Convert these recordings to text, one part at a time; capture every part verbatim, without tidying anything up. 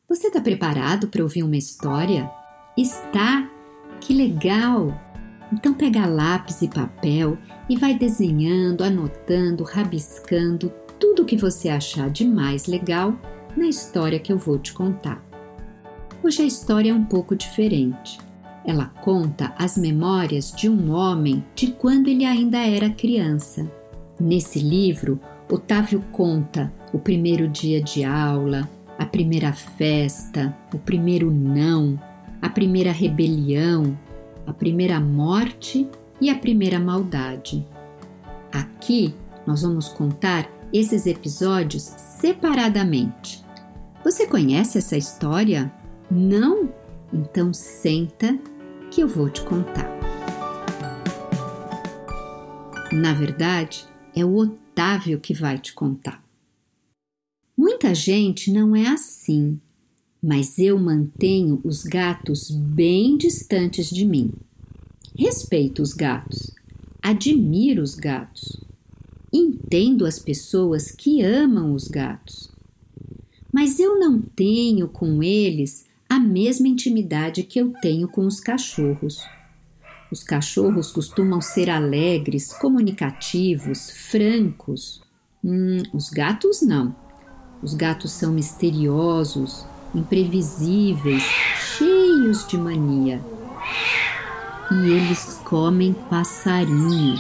Você está preparado para ouvir uma história? Está? Que legal! Então pega lápis e papel e vai desenhando, anotando, rabiscando tudo o que você achar de mais legal na história que eu vou te contar. Hoje a história é um pouco diferente. Ela conta as memórias de um homem de quando ele ainda era criança. Nesse livro, Otávio conta o primeiro dia de aula, a primeira festa, o primeiro não, a primeira rebelião, a primeira morte e a primeira maldade. Aqui nós vamos contar esses episódios separadamente. Você conhece essa história? Não? Então senta que eu vou te contar. Na verdade, é o Otávio que vai te contar. Muita gente não é assim, mas eu mantenho os gatos bem distantes de mim. Respeito os gatos, admiro os gatos, entendo as pessoas que amam os gatos, mas eu não tenho com eles a mesma intimidade que eu tenho com os cachorros. Os cachorros costumam ser alegres, comunicativos, francos. Hum, os gatos não. Os gatos são misteriosos, imprevisíveis, cheios de mania. E eles comem passarinhos.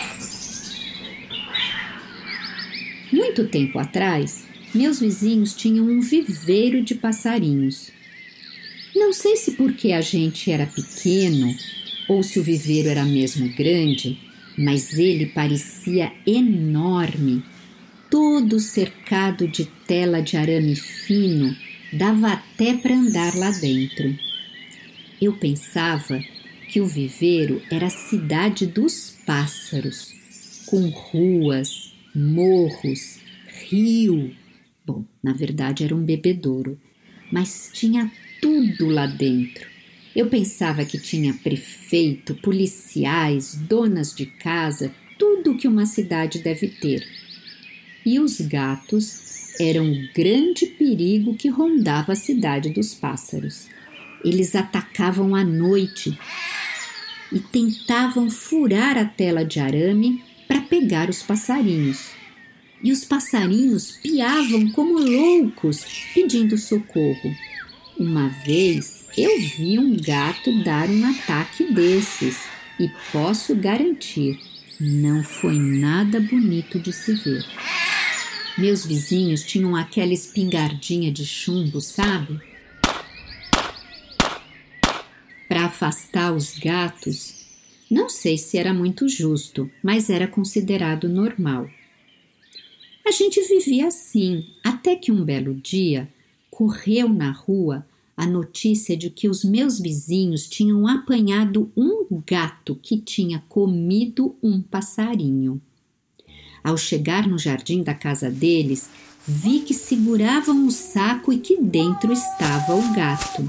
Muito tempo atrás, meus vizinhos tinham um viveiro de passarinhos. Não sei se porque a gente era pequeno ou se o viveiro era mesmo grande, mas ele parecia enorme. Todo cercado de tela de arame fino, dava até para andar lá dentro. Eu pensava que o viveiro era a cidade dos pássaros, com ruas, morros, rio. Bom, na verdade era um bebedouro, mas tinha tudo lá dentro. Eu pensava que tinha prefeito, policiais, donas de casa, tudo que uma cidade deve ter. E os gatos eram um grande perigo que rondava a cidade dos pássaros. Eles atacavam à noite e tentavam furar a tela de arame para pegar os passarinhos. E os passarinhos piavam como loucos, pedindo socorro. Uma vez eu vi um gato dar um ataque desses e posso garantir, não foi nada bonito de se ver. Meus vizinhos tinham aquela espingardinha de chumbo, sabe? Para afastar os gatos. Não sei se era muito justo, mas era considerado normal. A gente vivia assim, até que um belo dia correu na rua a notícia de que os meus vizinhos tinham apanhado um gato que tinha comido um passarinho. Ao chegar no jardim da casa deles, vi que seguravam o saco e que dentro estava o gato.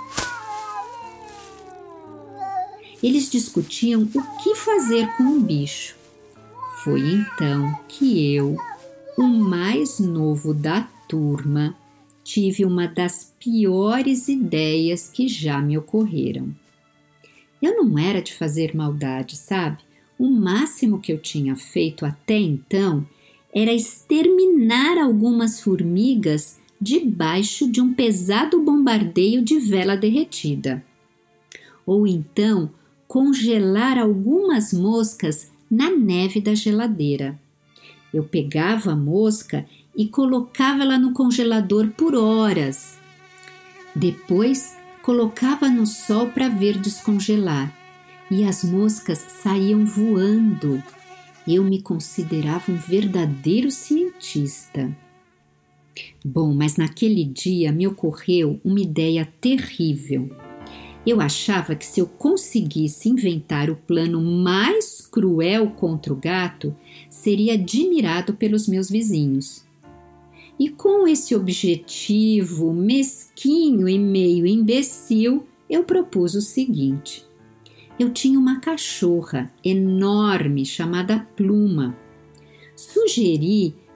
Eles discutiam o que fazer com o bicho. Foi então que eu, o mais novo da turma, tive uma das piores ideias que já me ocorreram. Eu não era de fazer maldade, sabe? O máximo que eu tinha feito até então era exterminar algumas formigas debaixo de um pesado bombardeio de vela derretida. Ou então congelar algumas moscas na neve da geladeira. Eu pegava a mosca e colocava ela no congelador por horas. Depois colocava no sol para ver descongelar. E as moscas saíam voando. Eu me considerava um verdadeiro cientista. Bom, mas naquele dia me ocorreu uma ideia terrível. Eu achava que se eu conseguisse inventar o plano mais cruel contra o gato, seria admirado pelos meus vizinhos. E com esse objetivo mesquinho e meio imbecil, eu propus o seguinte. Eu tinha uma cachorra enorme chamada Pluma. Sugeri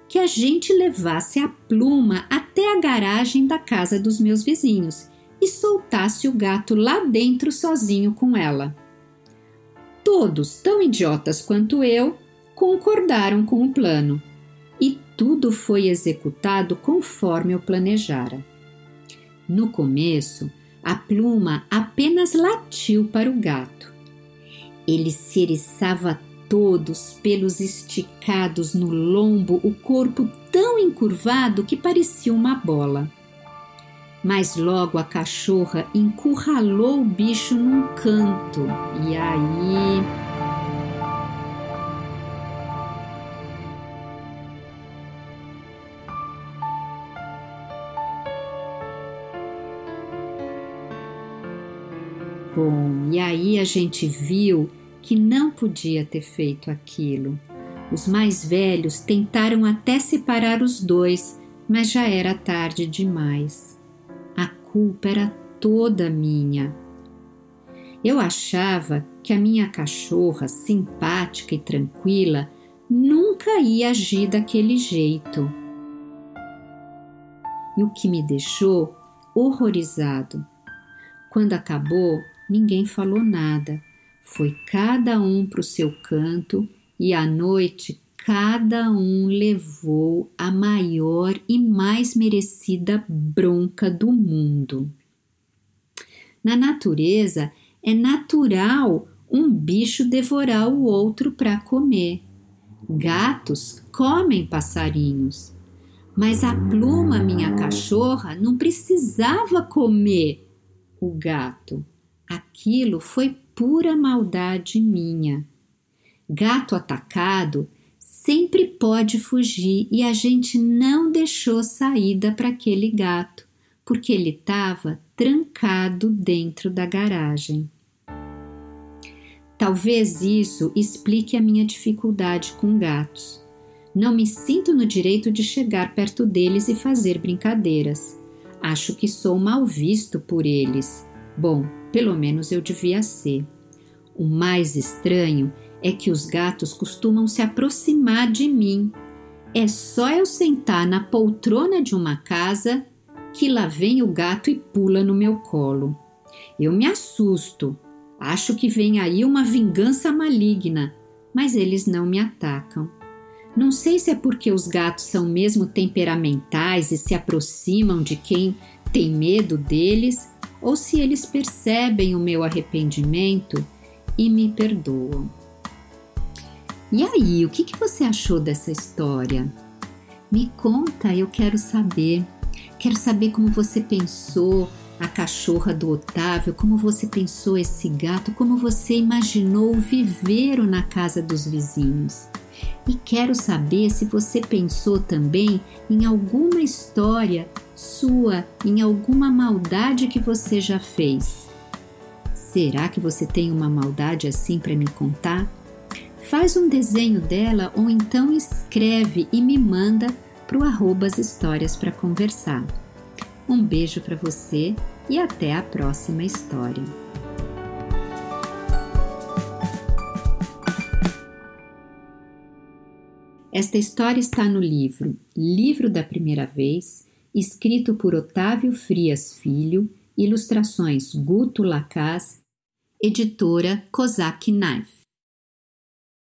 que a gente levasse a Pluma até a garagem da casa dos meus vizinhos e soltasse o gato lá dentro sozinho com ela. Todos, tão idiotas quanto eu, concordaram com o plano e tudo foi executado conforme eu planejara. No começo, a Pluma apenas latiu para o gato. Ele se eriçava todo, os pelos esticados no lombo, o corpo tão encurvado que parecia uma bola. Mas logo a cachorra encurralou o bicho num canto e aí... Bom, e aí a gente viu que não podia ter feito aquilo. Os mais velhos tentaram até separar os dois, mas já era tarde demais. A culpa era toda minha. Eu achava que a minha cachorra, simpática e tranquila, nunca ia agir daquele jeito. E o que me deixou horrorizado. Quando acabou, ninguém falou nada. Foi cada um para o seu canto e à noite cada um levou a maior e mais merecida bronca do mundo. Na natureza, é natural um bicho devorar o outro para comer. Gatos comem passarinhos, mas a Pluma, minha cachorra, não precisava comer o gato. Aquilo foi pura maldade minha. Gato atacado sempre pode fugir e a gente não deixou saída para aquele gato, porque ele estava trancado dentro da garagem. Talvez isso explique a minha dificuldade com gatos. Não me sinto no direito de chegar perto deles e fazer brincadeiras. Acho que sou mal visto por eles. Bom, pelo menos eu devia ser. O mais estranho é que os gatos costumam se aproximar de mim. É só eu sentar na poltrona de uma casa que lá vem o gato e pula no meu colo. Eu me assusto, acho que vem aí uma vingança maligna, mas eles não me atacam. Não sei se é porque os gatos são mesmo temperamentais e se aproximam de quem tem medo deles, ou se eles percebem o meu arrependimento e me perdoam. E aí, o que, que você achou dessa história? Me conta, eu quero saber. Quero saber como você pensou a cachorra do Otávio, como você pensou esse gato, como você imaginou o viveiro na casa dos vizinhos. E quero saber se você pensou também em alguma história sua, em alguma maldade que você já fez. Será que você tem uma maldade assim para me contar? Faz um desenho dela ou então escreve e me manda para o arroba as histórias para conversar. Um beijo para você e até a próxima história. Esta história está no livro Livro da Primeira Vez, escrito por Otávio Frias Filho, ilustrações Guto Lacaz, editora Kozak Knife.